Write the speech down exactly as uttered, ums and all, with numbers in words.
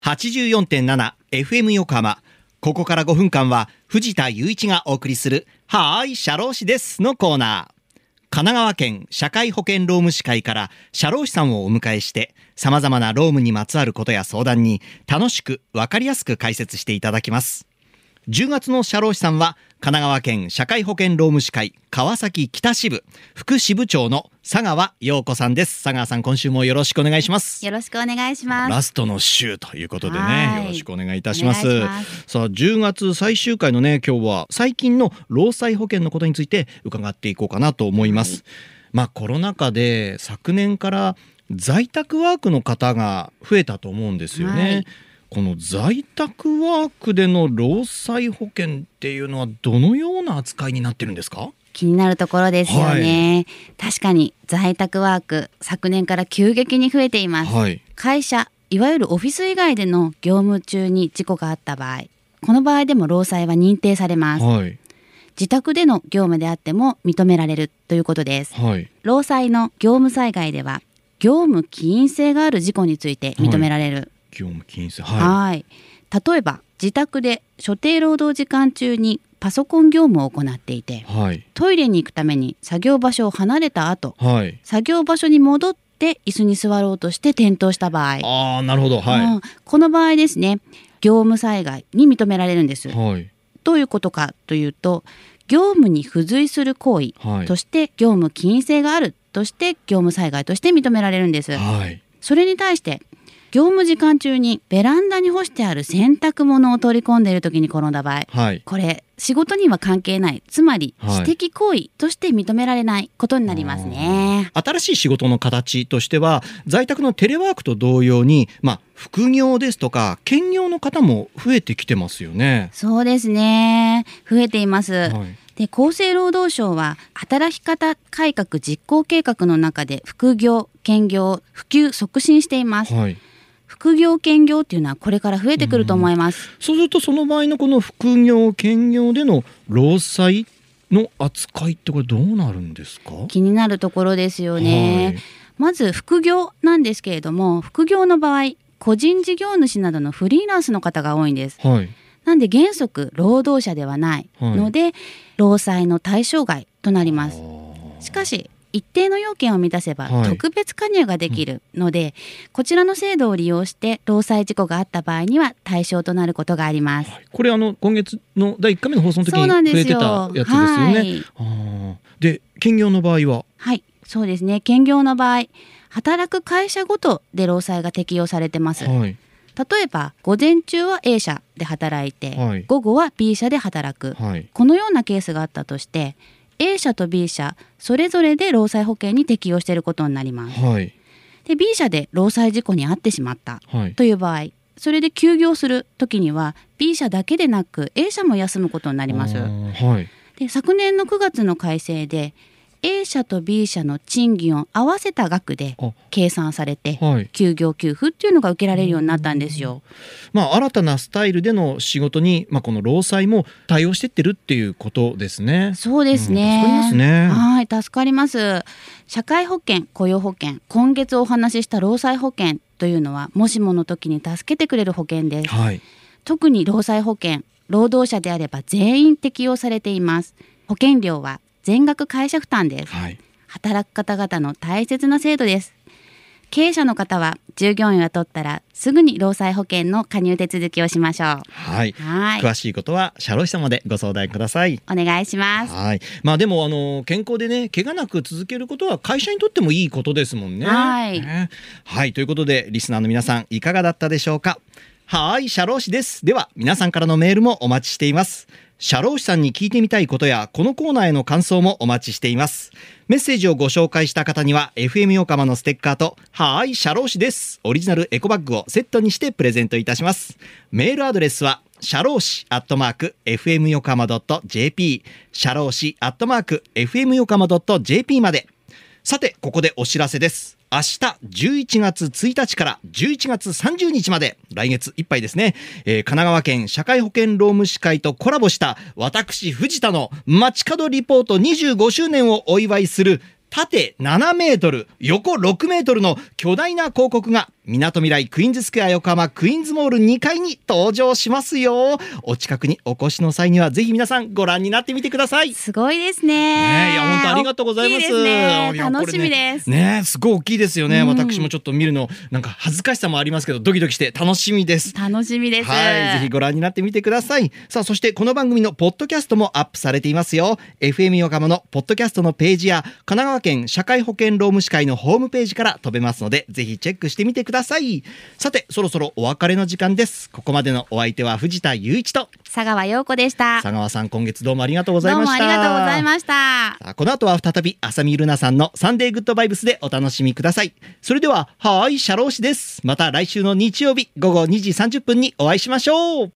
はちじゅうよんてんななエフエム 横浜。ここからごふんかんは藤田雄一がお送りするはーい社労士ですのコーナー。神奈川県社会保険労務士会から社労士さんをお迎えして様々な労務にまつわることや相談に楽しく分かりやすく解説していただきます。じゅうがつの社労士さんは神奈川県社会保険労務士会川崎北支部副支部長の佐川陽子さんです。佐川さん、今週もよろしくお願いします。 よろしくお願いします。 ラストの週ということでね、よろしくお願いいたします。 お願いします。 さあ、じゅうがつ最終回のね、今日は最近の労災保険のことについて伺っていこうかなと思います。はい、まあコロナ禍で昨年から在宅ワークの方が増えたと思うんですよね。はい、この在宅ワークでの労災保険っていうのはどのような扱いになってるんですか？ 気になるところですよね。はい、確かに在宅ワーク昨年から急激に増えています。はい、会社いわゆるオフィス以外での業務中に事故があった場合、この場合でも労災は認定されます。はい、自宅での業務であっても認められるということです。はい、労災の業務災害では業務起因性がある事故について認められる。はい、 業務起因性、はいはい、例えば自宅で所定労働時間中にパソコン業務を行っていて、はい、トイレに行くために作業場所を離れた後、はい、作業場所に戻って椅子に座ろうとして転倒した場合、 あー、なるほど、はい、 うん、この場合ですね、業務災害に認められるんです。はい、どういうことかというと、業務に付随する行為として業務起因性があるとして業務災害として認められるんです。はい、それに対して業務時間中にベランダに干してある洗濯物を取り込んでいる時に転んだ場合、はい、これ仕事には関係ない、つまり私的行為として認められないことになりますね。 新しい仕事の形としては在宅のテレワークと同様に、まあ、副業ですとか兼業の方も増えてきてますよね。 そうですね、増えています。はい、で厚生労働省は働き方改革実行計画の中で副業兼業普及促進しています。はい、副業兼業っていうのはこれから増えてくると思います。 うん、そうするとその場合のこの副業兼業での労災の扱いってこれどうなるんですか？ 気になるところですよね。はい、まず副業なんですけれども、副業の場合個人事業主などのフリーランスの方が多いんです。はい、なんで原則労働者ではないので、はい、労災の対象外となります。しかし一定の要件を満たせば特別加入ができるので、はい、うん、こちらの制度を利用して労災事故があった場合には対象となることがあります。はい、 これあの今月のだいいっかいめの放送の時に触れてたやつですよね。はい、あで兼業の場合は、 はい、そうですね、兼業の場合働く会社ごとで労災が適用されてます。はい、例えば午前中は A 社で働いて、はい、午後は B 社で働く、はい、このようなケースがあったとして A 社と B 社それぞれで労災保険に適用していることになります。はい、で B 社で労災事故に遭ってしまったという場合、それで休業する時には B 社だけでなく A 社も休むことになります。はい、で昨年のくがつの改正でA 社と B 社の賃金を合わせた額で計算されて、はい、休業給付っていうのが受けられるようになったんですよ。 まあ、新たなスタイルでの仕事に、まあ、この労災も対応していってるっていうことですね。 そうですね、 うん、助かりますね。 はい、助かります。社会保険、雇用保険、今月お話しした労災保険というのはもしもの時に助けてくれる保険です。はい、特に労災保険、労働者であれば全員適用されています。保険料は全額会社負担です。はい、働く方々の大切な制度です。経営者の方は従業員を雇ったらすぐに労災保険の加入手続きをしましょう。 はい、はい、詳しいことは社労士様でご相談ください。 お願いします。 はい、まあ、でもあの健康でね、怪我なく続けることは会社にとってもいいことですもんね。はい、ね、はい、ということでリスナーの皆さんいかがだったでしょうか？はい、社労士です。では皆さんからのメールもお待ちしています。社労士さんに聞いてみたいことやこのコーナーへの感想もお待ちしています。メッセージをご紹介した方には エフエム 横浜のステッカーとはーい社労士ですオリジナルエコバッグをセットにしてプレゼントいたします。メールアドレスは社労士アットマーク エフエム 横浜 ドット ジェーピー 社労士アットマーク エフエム 横浜 ドット ジェーピー まで。さてここでお知らせです。明日じゅういちがつついたちからじゅういちがつさんじゅうにちまで、来月いっぱいですね、えー、神奈川県社会保険労務士会とコラボした私藤田の街角リポートにじゅうごしゅうねんをお祝いする縦ななメートル横ろくメートルの巨大な広告がみなとみらいクイーンズスクエア横浜クイーンズモールにかいに登場しますよ。お近くにお越しの際にはぜひ皆さんご覧になってみてください。 すごいですね。 ねいや本当ありがとうございます。 いいですね、楽しみです。 ね, ねすごい大きいですよね、うん、私もちょっと見るのなんか恥ずかしさもありますけどドキドキして楽しみです。 楽しみです。 はい、ぜひご覧になってみてください。さあそしてこの番組のポッドキャストもアップされていますよ。 エフエム 横浜のポッドキャストのページや神奈川県社会保険労務士会のホームページから飛べますのでぜひチェックしてみてください。さてそろそろお別れの時間です。ここまでのお相手は藤田雄一と佐川陽子でした。 佐川さん今月どうもありがとうございました。 どうもありがとうございました。 さあこの後は再び浅見ルナさんのサンデーグッドバイブスでお楽しみください。それでははいシャロー氏です。また来週の日曜日午後にじさんじゅっぷんにお会いしましょう。